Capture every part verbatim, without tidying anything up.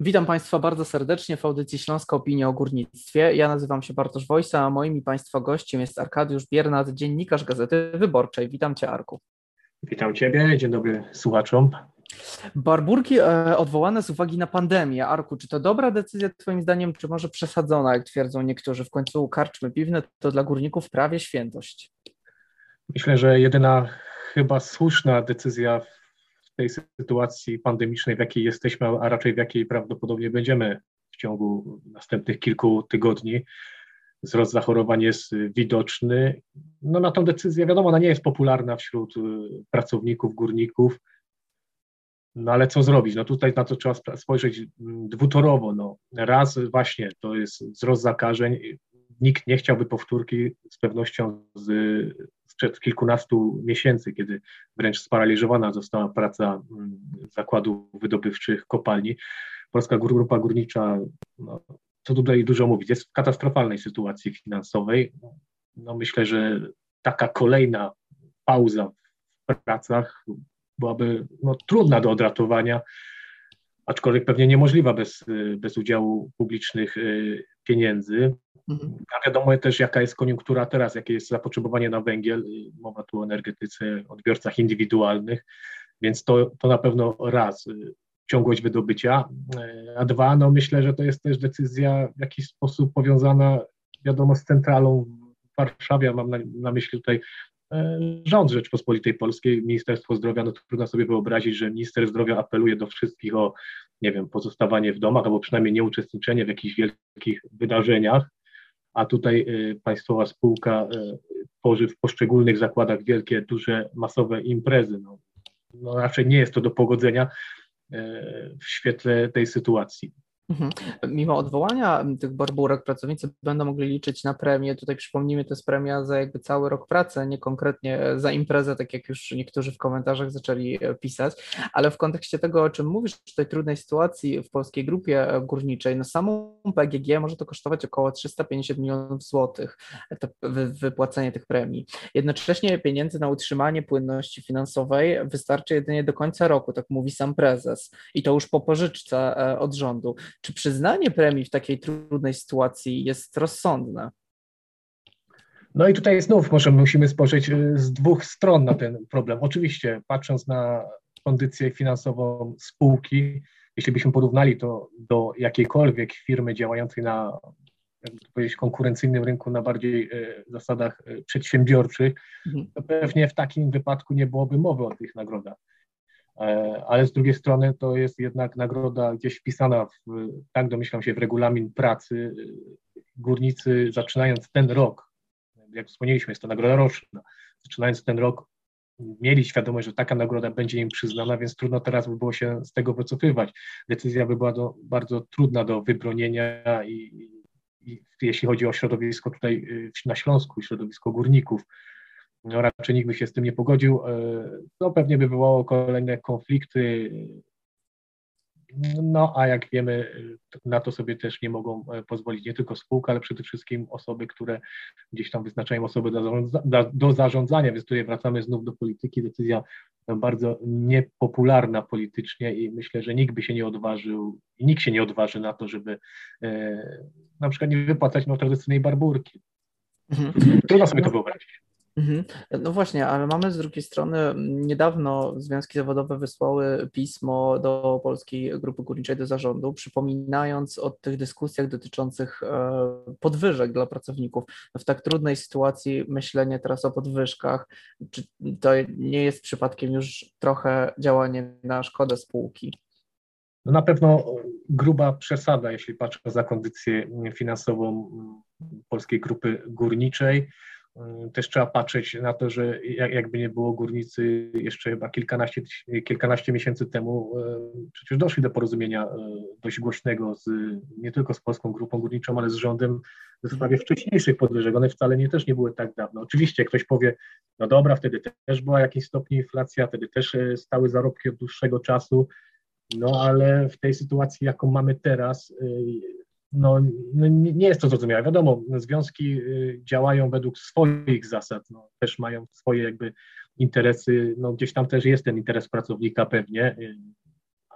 Witam Państwa bardzo serdecznie w audycji Śląska Opinia o Górnictwie. Ja nazywam się Bartosz Wojsa, a moim i Państwa gościem jest Arkadiusz Biernat, dziennikarz Gazety Wyborczej. Witam Cię, Arku. Witam Ciebie, dzień dobry słuchaczom. Barburki e, odwołane z uwagi na pandemię. Arku, czy to dobra decyzja Twoim zdaniem, czy może przesadzona, jak twierdzą niektórzy? W końcu karczmy piwne to dla górników prawie świętość. Myślę, że jedyna chyba słuszna decyzja w tej sytuacji pandemicznej, w jakiej jesteśmy, a raczej w jakiej prawdopodobnie będziemy w ciągu następnych kilku tygodni. Wzrost zachorowań jest widoczny. No na tą decyzję, wiadomo, ona nie jest popularna wśród pracowników, górników. No ale co zrobić? No tutaj na to trzeba spojrzeć dwutorowo. No. Raz właśnie to jest wzrost zakażeń. Nikt nie chciałby powtórki z pewnością z, sprzed kilkunastu miesięcy, kiedy wręcz sparaliżowana została praca zakładów wydobywczych kopalni. Polska Grupa Górnicza, no, co tutaj dużo mówić, jest w katastrofalnej sytuacji finansowej. No myślę, że taka kolejna pauza w pracach byłaby no, trudna do odratowania, aczkolwiek pewnie niemożliwa bez, bez udziału publicznych y, pieniędzy. Mhm. A wiadomo też, jaka jest koniunktura teraz, jakie jest zapotrzebowanie na węgiel. Mowa tu o energetyce, odbiorcach indywidualnych, więc to, to na pewno raz y, ciągłość wydobycia, a dwa, no myślę, że to jest też decyzja w jakiś sposób powiązana, wiadomo, z centralą w Warszawie. Mam na, na myśli tutaj rząd Rzeczpospolitej Polskiej, Ministerstwo Zdrowia. No trudno sobie wyobrazić, że minister zdrowia apeluje do wszystkich o, nie wiem, pozostawanie w domach albo przynajmniej nieuczestniczenie w jakichś wielkich wydarzeniach, a tutaj y, państwowa spółka y, tworzy w poszczególnych zakładach wielkie, duże, masowe imprezy. No, no raczej nie jest to do pogodzenia y, w świetle tej sytuacji. Mhm. Mimo odwołania tych barburek pracownicy będą mogli liczyć na premię. Tutaj przypomnijmy, to jest premia za jakby cały rok pracy, nie konkretnie za imprezę, tak jak już niektórzy w komentarzach zaczęli pisać, ale w kontekście tego, o czym mówisz, tej trudnej sytuacji w Polskiej Grupie Górniczej, no samą P G G może to kosztować około trzysta pięćdziesiąt milionów złotych, to wypłacenie tych premii. Jednocześnie pieniędzy na utrzymanie płynności finansowej wystarczy jedynie do końca roku, tak mówi sam prezes, i to już po pożyczce od rządu. Czy przyznanie premii w takiej trudnej sytuacji jest rozsądne? No i tutaj znów może musimy spojrzeć z dwóch stron na ten problem. Oczywiście patrząc na kondycję finansową spółki, jeśli byśmy porównali to do jakiejkolwiek firmy działającej na, jakby to powiedzieć, konkurencyjnym rynku na bardziej zasadach przedsiębiorczych, to pewnie w takim wypadku nie byłoby mowy o tych nagrodach. Ale z drugiej strony to jest jednak nagroda gdzieś wpisana, w, tak domyślam się, w regulamin pracy. Górnicy, zaczynając ten rok, jak wspomnieliśmy, jest to nagroda roczna, zaczynając ten rok mieli świadomość, że taka nagroda będzie im przyznana, więc trudno teraz by było się z tego wycofywać. Decyzja by była do, bardzo trudna do wybronienia i, i jeśli chodzi o środowisko tutaj na Śląsku, środowisko górników, no raczej nikt by się z tym nie pogodził. To pewnie by wywołało kolejne konflikty. No a jak wiemy, na to sobie też nie mogą pozwolić nie tylko spółka, ale przede wszystkim osoby, które gdzieś tam wyznaczają osoby do, zarządza- do zarządzania, więc tutaj wracamy znów do polityki. Decyzja bardzo niepopularna politycznie i myślę, że nikt by się nie odważył i nikt się nie odważy na to, żeby e, na przykład nie wypłacać no, tradycyjnej barburki. Mhm. Trudno sobie to wyobrazić. No właśnie, ale mamy z drugiej strony, niedawno związki zawodowe wysłały pismo do Polskiej Grupy Górniczej, do zarządu, przypominając o tych dyskusjach dotyczących podwyżek dla pracowników. W tak trudnej sytuacji myślenie teraz o podwyżkach, czy to nie jest przypadkiem już trochę działanie na szkodę spółki? No na pewno gruba przesada, jeśli patrzę za kondycję finansową Polskiej Grupy Górniczej. Też trzeba patrzeć na to, że jakby nie było, górnicy jeszcze chyba kilkanaście, kilkanaście miesięcy temu przecież doszli do porozumienia dość głośnego z, nie tylko z Polską Grupą Górniczą, ale z rządem w sprawie wcześniejszych podwyżek. One wcale nie, też nie były tak dawno. Oczywiście ktoś powie, no dobra, wtedy też była jakiś stopień inflacja, wtedy też stały zarobki od dłuższego czasu, no ale w tej sytuacji, jaką mamy teraz, no, no nie jest to zrozumiałe. Wiadomo, związki działają według swoich zasad, no, też mają swoje jakby interesy, no gdzieś tam też jest ten interes pracownika pewnie,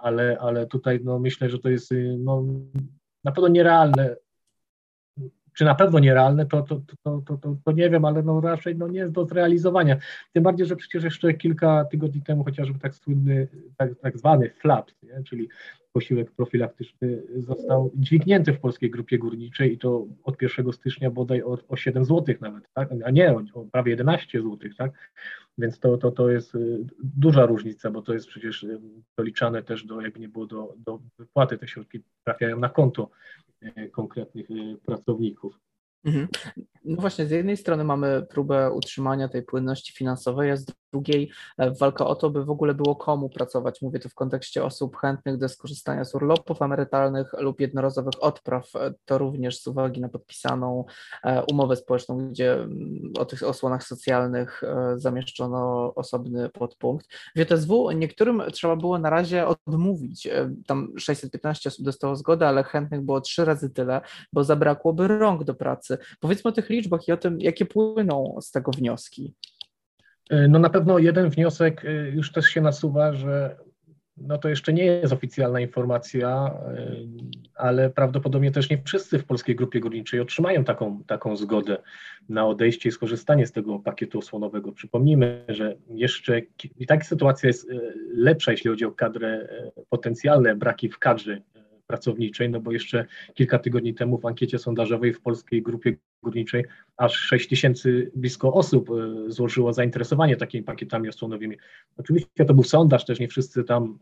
ale, ale tutaj no, myślę, że to jest no, na pewno nierealne. Czy na pewno nierealne, to, to, to, to, to, to nie wiem, ale no raczej no nie jest do zrealizowania. Tym bardziej, że przecież jeszcze kilka tygodni temu chociażby tak słynny, tak, tak zwany flaps, nie? Czyli posiłek profilaktyczny został dźwignięty w Polskiej Grupie Górniczej i to od pierwszego stycznia bodaj o, o siedem złotych nawet, tak? A nie, o, o prawie jedenaście złotych, tak? Więc to, to, to jest duża różnica, bo to jest przecież doliczane też do, jakby nie było, do, do wypłaty, te środki trafiają na konto konkretnych pracowników. Mhm. No właśnie, z jednej strony mamy próbę utrzymania tej płynności finansowej, a z drugiej walka o to, by w ogóle było komu pracować. Mówię tu w kontekście osób chętnych do skorzystania z urlopów emerytalnych lub jednorazowych odpraw. To również z uwagi na podpisaną umowę społeczną, gdzie o tych osłonach socjalnych zamieszczono osobny podpunkt. W J S W niektórym trzeba było na razie odmówić. Tam sześćset piętnaście osób dostało zgodę, ale chętnych było trzy razy tyle, bo zabrakłoby rąk do pracy. Powiedzmy o tych liczbach i o tym, jakie płyną z tego wnioski. No na pewno jeden wniosek już też się nasuwa, że no to jeszcze nie jest oficjalna informacja, ale prawdopodobnie też nie wszyscy w Polskiej Grupie Górniczej otrzymają taką, taką zgodę na odejście i skorzystanie z tego pakietu osłonowego. Przypomnijmy, że jeszcze i tak sytuacja jest lepsza, jeśli chodzi o kadrę, potencjalne braki w kadrze pracowniczej, no bo jeszcze kilka tygodni temu w ankiecie sondażowej w Polskiej Grupie Górniczej aż sześć tysięcy blisko osób złożyło zainteresowanie takimi pakietami osłonowymi. Oczywiście to był sondaż, też nie wszyscy tam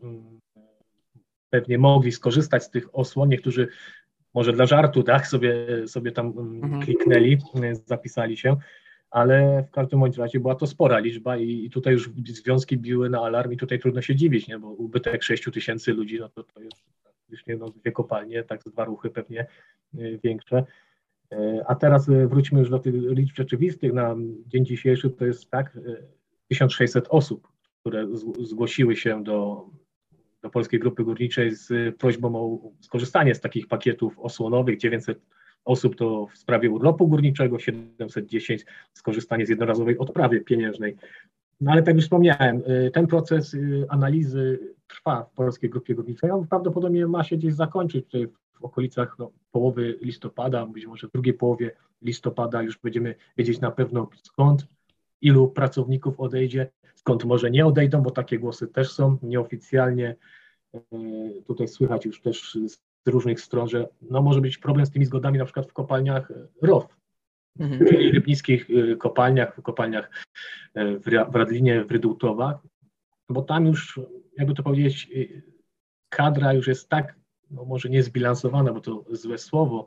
pewnie mogli skorzystać z tych osłon, niektórzy może dla żartu, tak, sobie, sobie tam mhm. kliknęli, zapisali się, ale w każdym bądź razie była to spora liczba i, i tutaj już związki biły na alarm i tutaj trudno się dziwić, nie, bo ubytek sześć tysięcy ludzi, no to, to jest praktycznie no, dwie kopalnie, tak z dwa ruchy pewnie y, większe. Y, a teraz y, wróćmy już do tych liczb rzeczywistych. Na dzień dzisiejszy to jest tak, y, tysiąc sześćset osób, które z, zgłosiły się do, do Polskiej Grupy Górniczej z prośbą o skorzystanie z takich pakietów osłonowych, dziewięćset osób to w sprawie urlopu górniczego, siedemset dziesięć skorzystanie z jednorazowej odprawy pieniężnej. No ale tak jak wspomniałem, ten proces analizy trwa w Polskiej Grupie Górniczej. On prawdopodobnie ma się gdzieś zakończyć tutaj w okolicach no, połowy listopada, być może w drugiej połowie listopada już będziemy wiedzieć na pewno skąd, ilu pracowników odejdzie, skąd może nie odejdą, bo takie głosy też są nieoficjalnie. Tutaj słychać już też z różnych stron, że no, może być problem z tymi zgodami na przykład w kopalniach R O W, mhm. czyli rybnickich kopalniach, w kopalniach w Radlinie, w Rydułtowach, bo tam już, jakby to powiedzieć, kadra już jest tak, no może nie zbilansowana, bo to złe słowo,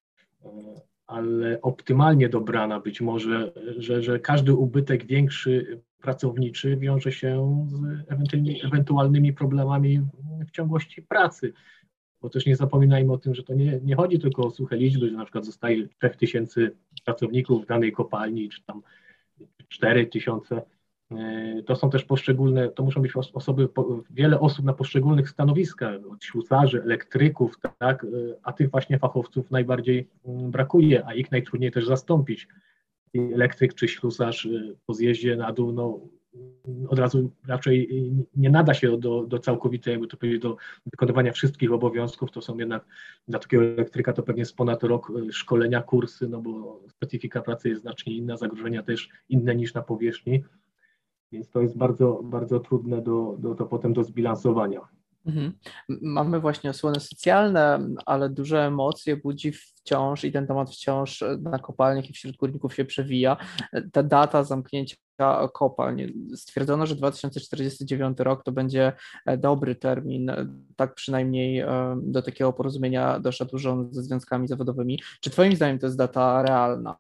ale optymalnie dobrana być może, że, że każdy ubytek większy pracowniczy wiąże się z ewentualnymi problemami w ciągłości pracy. Bo też nie zapominajmy o tym, że to nie, nie chodzi tylko o suche liczby, że na przykład zostaje trzech tysięcy pracowników w danej kopalni, czy tam cztery tysiące. To są też poszczególne, to muszą być osoby, wiele osób na poszczególnych stanowiskach, od ślusarzy, elektryków, tak, a tych właśnie fachowców najbardziej brakuje, a ich najtrudniej też zastąpić. Elektryk czy ślusarz po zjeździe na dół, no od razu raczej nie nada się do, do całkowitej, jakby to powiedzieć, do wykonywania wszystkich obowiązków. To są jednak dla takiego elektryka to pewnie jest ponad rok szkolenia, kursy, no bo specyfika pracy jest znacznie inna, zagrożenia też inne niż na powierzchni, więc to jest bardzo, bardzo trudne do, do, do potem do zbilansowania. Mhm. Mamy właśnie osłony socjalne, ale duże emocje budzi wciąż i ten temat wciąż na kopalniach i wśród górników się przewija. Ta data zamknięcia kopalń. Stwierdzono, że dwa tysiące czterdziesty dziewiąty rok to będzie dobry termin, tak przynajmniej do takiego porozumienia doszedł rząd ze związkami zawodowymi. Czy twoim zdaniem to jest data realna?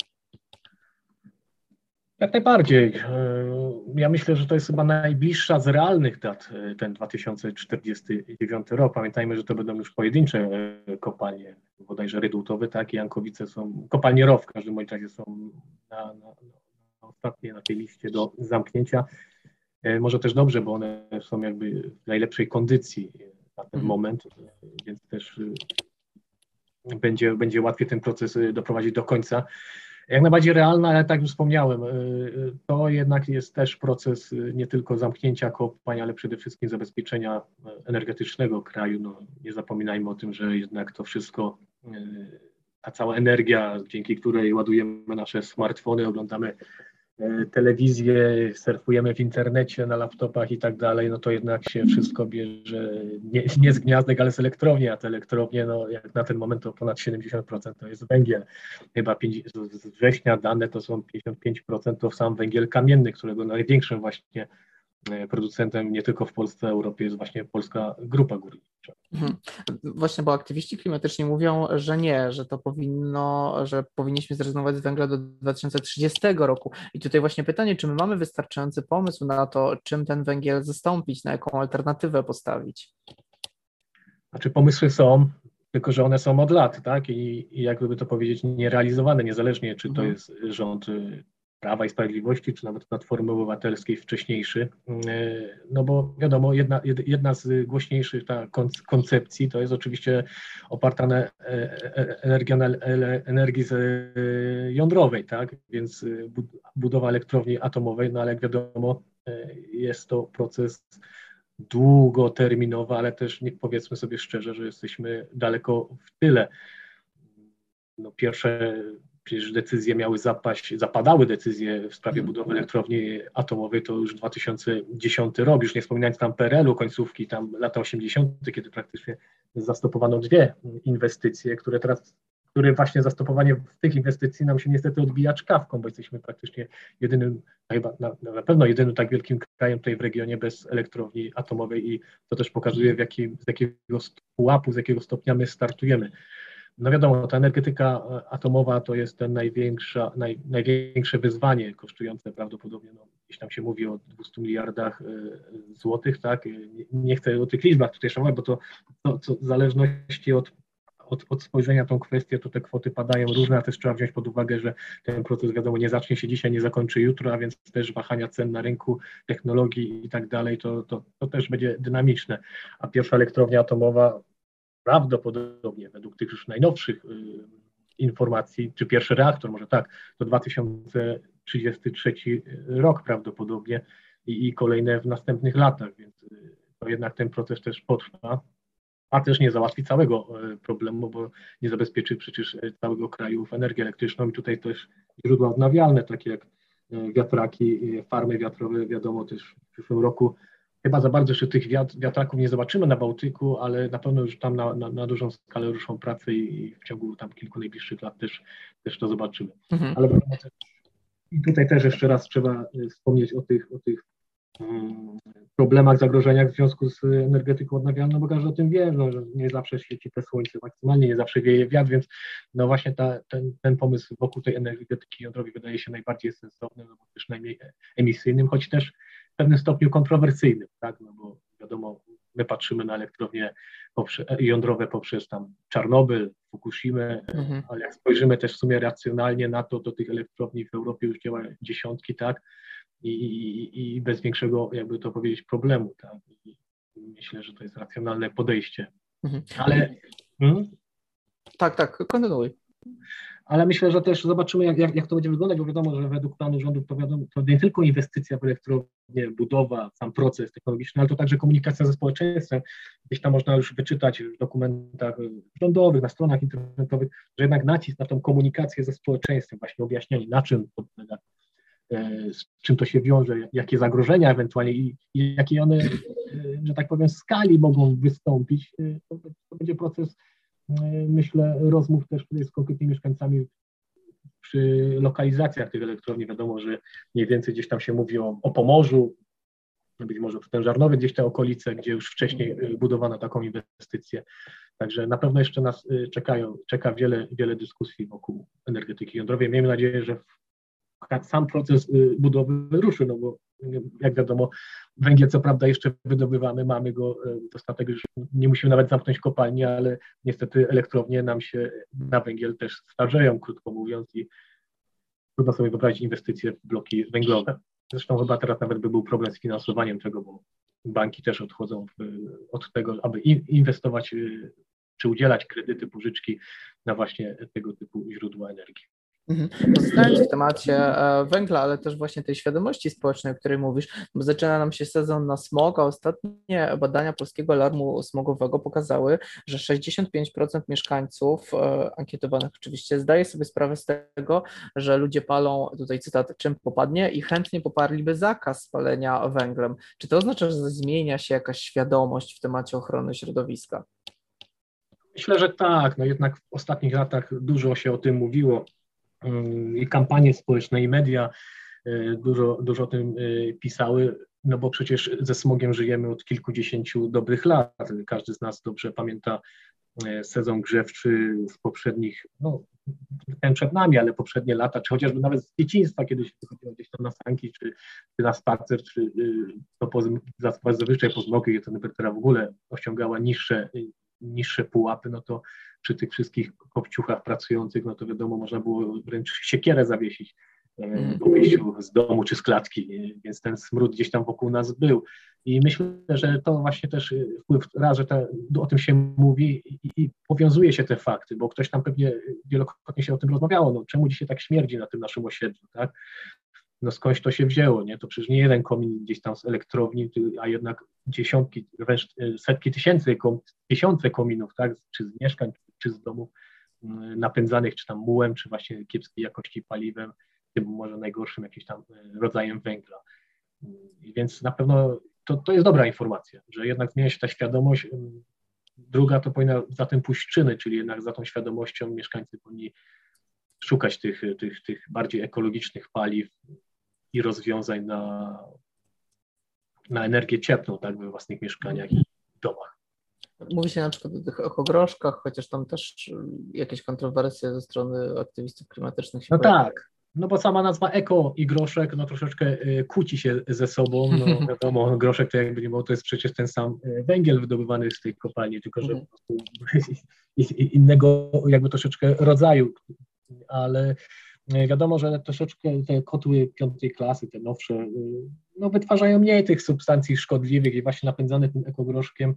Jak najbardziej. Ja myślę, że to jest chyba najbliższa z realnych dat, ten dwa tysiące czterdziesty dziewiąty rok. Pamiętajmy, że to będą już pojedyncze kopalnie, bodajże Rydułtowy, tak, i Jankowice są, kopalnie R O W w każdym razie są na, na, na ostatnie na tej liście do zamknięcia. Może też dobrze, bo one są jakby w najlepszej kondycji na ten moment, więc też będzie, będzie łatwiej ten proces doprowadzić do końca. Jak najbardziej realna, ale tak jak już wspomniałem, to jednak jest też proces nie tylko zamknięcia kopalń, ale przede wszystkim zabezpieczenia energetycznego kraju. No, nie zapominajmy o tym, że jednak to wszystko, ta cała energia, dzięki której ładujemy nasze smartfony, oglądamy telewizję, surfujemy w internecie, na laptopach i tak dalej, no to jednak się wszystko bierze nie, nie z gniazdek, ale z elektrowni, a te elektrownie, no jak na ten moment to ponad siedemdziesiąt procent to jest węgiel. Chyba z września dane to są pięćdziesiąt pięć procent to sam węgiel kamienny, którego największym właśnie producentem nie tylko w Polsce, Europie jest właśnie Polska Grupa Górnicza. Mhm. Właśnie, bo aktywiści klimatyczni mówią, że nie, że to powinno, że powinniśmy zrezygnować z węgla do dwa tysiące trzydziestego roku. I tutaj właśnie pytanie, czy my mamy wystarczający pomysł na to, czym ten węgiel zastąpić, na jaką alternatywę postawić? Znaczy pomysły są, tylko że one są od lat, tak? I, i jakby to powiedzieć, nierealizowane, niezależnie czy to mhm. jest rząd Prawa i Sprawiedliwości, czy nawet Platformy Obywatelskiej wcześniejszy, no bo wiadomo, jedna, jedna z głośniejszych ta koncepcji to jest oczywiście oparta na energii, na energii jądrowej, tak, więc budowa elektrowni atomowej, no ale jak wiadomo, jest to proces długoterminowy, ale też nie, powiedzmy sobie szczerze, że jesteśmy daleko w tyle. No pierwsze Przecież decyzje miały zapaść, zapadały decyzje w sprawie budowy elektrowni atomowej, to już dwa tysiące dziesiąty rok, już nie wspominając tam P R L u, końcówki, tam lata osiemdziesiąte, kiedy praktycznie zastopowano dwie inwestycje, które teraz, które właśnie zastopowanie tych inwestycji nam się niestety odbija czkawką, bo jesteśmy praktycznie jedynym, chyba na, na pewno jedynym tak wielkim krajem tutaj w regionie bez elektrowni atomowej i to też pokazuje, w jakim, z jakiego pułapu, z jakiego stopnia my startujemy. No wiadomo, ta energetyka atomowa to jest ten największa, naj, największe wyzwanie kosztujące prawdopodobnie, no, gdzieś tam się mówi o dwustu miliardach złotych, tak? Nie, nie chcę o tych liczbach tutaj szanować, bo to, to, to w zależności od, od, od spojrzenia na tą kwestię, to te kwoty padają różne, a też trzeba wziąć pod uwagę, że ten proces wiadomo nie zacznie się dzisiaj, nie zakończy jutro, a więc też wahania cen na rynku, technologii i tak dalej, to, to, to też będzie dynamiczne. A pierwsza elektrownia atomowa prawdopodobnie według tych już najnowszych y, informacji, czy pierwszy reaktor, może tak, to dwa tysiące trzydziesty trzeci rok prawdopodobnie i, i kolejne w następnych latach, więc y, to jednak ten proces też potrwa, a też nie załatwi całego y, problemu, bo nie zabezpieczy przecież całego kraju w energię elektryczną i tutaj też źródła odnawialne, takie jak y, wiatraki, y, farmy wiatrowe, wiadomo też w przyszłym roku. Chyba za bardzo jeszcze tych wiat, wiatraków nie zobaczymy na Bałtyku, ale na pewno już tam na, na, na dużą skalę ruszą prace i, i w ciągu tam kilku najbliższych lat też, też to zobaczymy. Mhm. Ale i tutaj też jeszcze raz trzeba wspomnieć o tych, o tych um, problemach, zagrożeniach w związku z energetyką odnawialną, bo każdy o tym wie, no, że nie zawsze świeci te słońce maksymalnie, nie zawsze wieje wiatr, więc no właśnie ta, ten, ten pomysł wokół tej energetyki jądrowej wydaje się najbardziej sensowny, no bo też najmniej emisyjnym, choć też w pewnym stopniu kontrowersyjnym, tak, no bo wiadomo, my patrzymy na elektrownie poprze- jądrowe poprzez tam Czarnobyl, Fukushimę, mhm. ale jak spojrzymy też w sumie racjonalnie na to, to tych elektrowni w Europie już działa dziesiątki, tak, i, i, i bez większego, jakby to powiedzieć, problemu, tak, i myślę, że to jest racjonalne podejście, mhm. ale... Hmm? Tak, tak, kontynuuj. Ale myślę, że też zobaczymy, jak, jak, jak to będzie wyglądać, bo wiadomo, że według planu rządu to, wiadomo, to nie tylko inwestycja w elektrownię, budowa, sam proces technologiczny, ale to także komunikacja ze społeczeństwem. Gdzieś tam można już wyczytać w dokumentach rządowych, na stronach internetowych, że jednak nacisk na tą komunikację ze społeczeństwem, właśnie objaśnianie, na czym to polega, z czym to się wiąże, jakie zagrożenia ewentualnie i, i jakie one, że tak powiem, skali mogą wystąpić, to, to będzie proces, myślę, rozmów też z konkretnymi mieszkańcami przy lokalizacjach tych elektrowni. Wiadomo, że mniej więcej gdzieś tam się mówi o, o Pomorzu, być może ten Żarnowiec, gdzieś te okolice, gdzie już wcześniej budowano taką inwestycję. Także na pewno jeszcze nas czekają, czeka wiele, wiele dyskusji wokół energetyki jądrowej. Miejmy nadzieję, że sam proces budowy ruszy, no bo jak wiadomo, węgiel co prawda jeszcze wydobywamy, mamy go dostatek, już nie musimy nawet zamknąć kopalni, ale niestety elektrownie nam się na węgiel też starzeją, krótko mówiąc, i trudno sobie wyobrazić inwestycje w bloki węglowe. Zresztą chyba teraz nawet by był problem z finansowaniem tego, bo banki też odchodzą w, od tego, aby inwestować czy udzielać kredyty, pożyczki na właśnie tego typu źródła energii. Pozostając w temacie e, węgla, ale też właśnie tej świadomości społecznej, o której mówisz, bo zaczyna nam się sezon na smog, a ostatnie badania Polskiego Alarmu Smogowego pokazały, że sześćdziesiąt pięć procent mieszkańców, e, ankietowanych oczywiście, zdaje sobie sprawę z tego, że ludzie palą, tutaj cytat, czym popadnie i chętnie poparliby zakaz spalenia węglem. Czy to oznacza, że zmienia się jakaś świadomość w temacie ochrony środowiska? Myślę, że tak. No jednak w ostatnich latach dużo się o tym mówiło. I kampanie społeczne, i media dużo, dużo o tym pisały, no bo przecież ze smogiem żyjemy od kilkudziesięciu dobrych lat. Każdy z nas dobrze pamięta sezon grzewczy z poprzednich, no ten przed nami, ale poprzednie lata, czy chociażby nawet z dzieciństwa, kiedy się wychodziło gdzieś tam na sanki, czy, czy na spacer, czy to po, zazwyczaj po zmroku, gdzie temperatura w ogóle osiągała niższe, niższe pułapy, no to przy tych wszystkich kopciuchach pracujących, no to wiadomo, można było wręcz siekierę zawiesić po wyjściu z domu czy z klatki, więc ten smród gdzieś tam wokół nas był. I myślę, że to właśnie też wpływ, raz, że te, o tym się mówi i, i powiązuje się te fakty, bo ktoś tam pewnie wielokrotnie się o tym rozmawiało, no czemu dzisiaj tak śmierdzi na tym naszym osiedlu, tak? No skądś to się wzięło, nie? To przecież nie jeden komin gdzieś tam z elektrowni, a jednak dziesiątki, wręcz setki tysięcy, tysiące kominów, tak? Czy z mieszkań, czy z domów napędzanych, czy tam mułem, czy właśnie kiepskiej jakości paliwem, tym może najgorszym jakimś tam rodzajem węgla. Więc na pewno to, to jest dobra informacja, że jednak zmienia się ta świadomość. Druga to powinna za tym pójść czyny, czyli jednak za tą świadomością mieszkańcy powinni szukać tych, tych, tych bardziej ekologicznych paliw i rozwiązań na, na energię cieplną, tak, we własnych mieszkaniach i domach. Mówi się na przykład o tych ekogroszkach, chociaż tam też jakieś kontrowersje ze strony aktywistów klimatycznych się No pojawiają. tak, no bo sama nazwa eko i groszek no troszeczkę kłóci się ze sobą, no wiadomo, groszek to jakby nie było, to jest przecież ten sam węgiel wydobywany z tej kopalni, tylko że po prostu innego jakby troszeczkę rodzaju, ale wiadomo, że troszeczkę te kotły piątej klasy, te nowsze, no wytwarzają mniej tych substancji szkodliwych i właśnie napędzane tym ekogroszkiem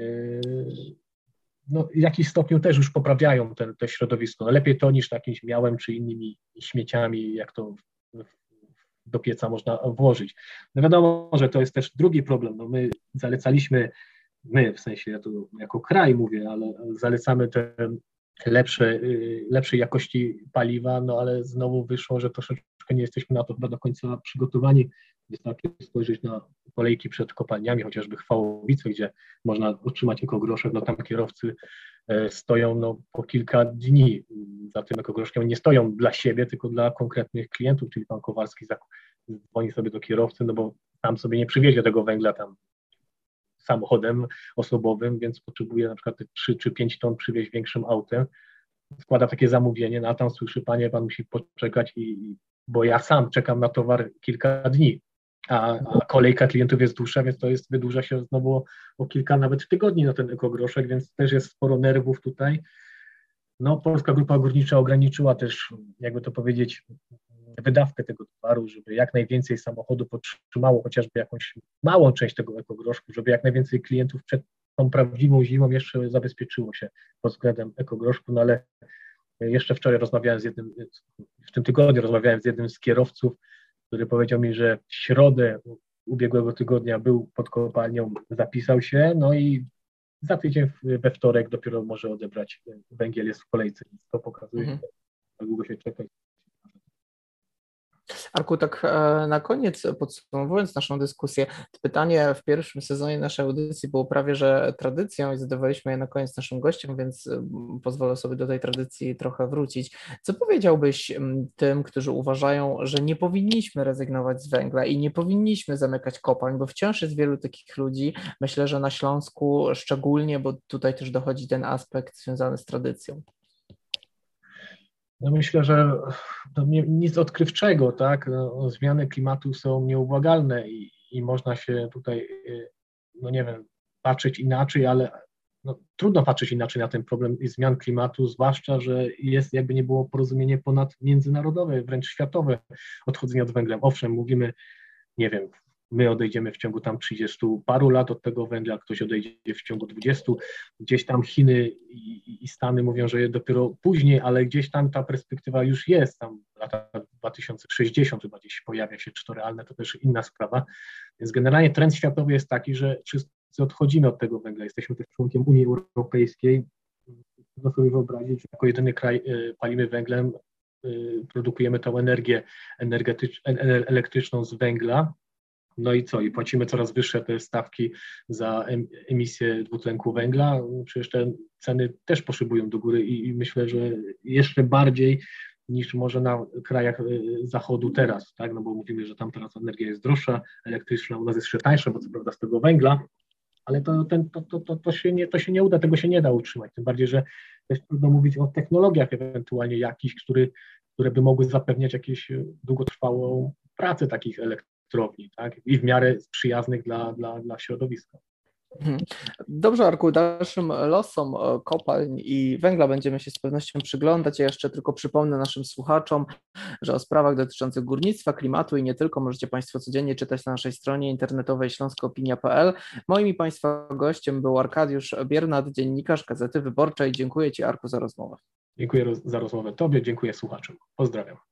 no, w jakimś stopniu też już poprawiają te, te środowisko. No, lepiej to niż jakimś miałem czy innymi śmieciami, jak to do pieca można włożyć. No wiadomo, że to jest też drugi problem. No, my zalecaliśmy, my w sensie ja to jako kraj mówię, ale zalecamy te lepsze, lepszej jakości paliwa, no ale znowu wyszło, że troszeczkę nie jesteśmy na to chyba do końca przygotowani. Wystarczy spojrzeć na kolejki przed kopalniami, chociażby Chwałowice, gdzie można otrzymać ekogroszek, no tam kierowcy stoją no, po kilka dni za tym ekogroszkiem. Nie stoją dla siebie, tylko dla konkretnych klientów, czyli pan Kowalski dzwoni sobie do kierowcy, no bo tam sobie nie przywiezie tego węgla tam samochodem osobowym, więc potrzebuje na przykład trzy czy pięć ton przywieźć większym autem, składa takie zamówienie, no a tam słyszy, panie, pan musi poczekać, i, bo ja sam czekam na towar kilka dni, a, a kolejka klientów jest dłuższa, więc to jest, wydłuża się znowu o, o kilka nawet tygodni na ten ekogroszek, więc też jest sporo nerwów tutaj. No, Polska Grupa Górnicza ograniczyła też, jakby to powiedzieć, wydawkę tego towaru, żeby jak najwięcej samochodów otrzymało chociażby jakąś małą część tego ekogroszku, żeby jak najwięcej klientów przed tą prawdziwą zimą jeszcze zabezpieczyło się pod względem ekogroszku, no ale jeszcze wczoraj rozmawiałem z jednym, w tym tygodniu rozmawiałem z jednym z kierowców, który powiedział mi, że w środę ubiegłego tygodnia był pod kopalnią, zapisał się, no i za tydzień we wtorek dopiero może odebrać węgiel, jest w kolejce, więc to pokazuje, mhm. jak długo się czeka. Arku, tak na koniec, podsumowując naszą dyskusję, pytanie w pierwszym sezonie naszej audycji było prawie że tradycją i zadawaliśmy je na koniec naszym gościom, więc pozwolę sobie do tej tradycji trochę wrócić. Co powiedziałbyś tym, którzy uważają, że nie powinniśmy rezygnować z węgla i nie powinniśmy zamykać kopalń, bo wciąż jest wielu takich ludzi, myślę, że na Śląsku szczególnie, bo tutaj też dochodzi ten aspekt związany z tradycją. No myślę, że to nie, nic odkrywczego, tak? No, zmiany klimatu są nieubłagalne i, i można się tutaj, no nie wiem, patrzeć inaczej, ale no, trudno patrzeć inaczej na ten problem zmian klimatu, zwłaszcza, że jest jakby nie było porozumienie ponad międzynarodowe, wręcz światowe odchodzenia od węgla. Owszem, mówimy, nie wiem, my odejdziemy w ciągu tam trzydziestu paru lat od tego węgla, ktoś odejdzie w ciągu dwudziestu. Gdzieś tam Chiny i, i Stany mówią, że dopiero później, ale gdzieś tam ta perspektywa już jest, tam lata dwa tysiące sześćdziesiąt chyba gdzieś pojawia się, czy to realne, to też inna sprawa. Więc generalnie trend światowy jest taki, że wszyscy odchodzimy od tego węgla, jesteśmy też członkiem Unii Europejskiej. Można sobie wyobrazić, że jako jedyny kraj palimy węglem, produkujemy tą energię energetycz, elektryczną z węgla. No i co? I płacimy coraz wyższe te stawki za emisję dwutlenku węgla. Przecież te ceny też poszybują do góry i, i myślę, że jeszcze bardziej niż może na krajach zachodu teraz, tak? No bo mówimy, że tam teraz energia jest droższa, elektryczna, u nas jest jeszcze tańsza, bo co prawda z tego węgla, ale to, ten, to, to, to, to, się nie, to się nie uda, tego się nie da utrzymać. Tym bardziej, że też trudno mówić o technologiach ewentualnie jakichś, który, które by mogły zapewniać jakąś długotrwałą pracę takich elektrowni, tak? I w miarę przyjaznych dla, dla, dla środowiska. Dobrze, Arku, dalszym losom kopalń i węgla będziemy się z pewnością przyglądać. Ja jeszcze tylko przypomnę naszym słuchaczom, że o sprawach dotyczących górnictwa, klimatu i nie tylko możecie Państwo codziennie czytać na naszej stronie internetowej śląskoopinia kropka p l. Moim i Państwa gościem był Arkadiusz Biernat, dziennikarz Gazety Wyborczej. Dziękuję Ci, Arku, za rozmowę. Dziękuję za rozmowę Tobie, dziękuję słuchaczom. Pozdrawiam.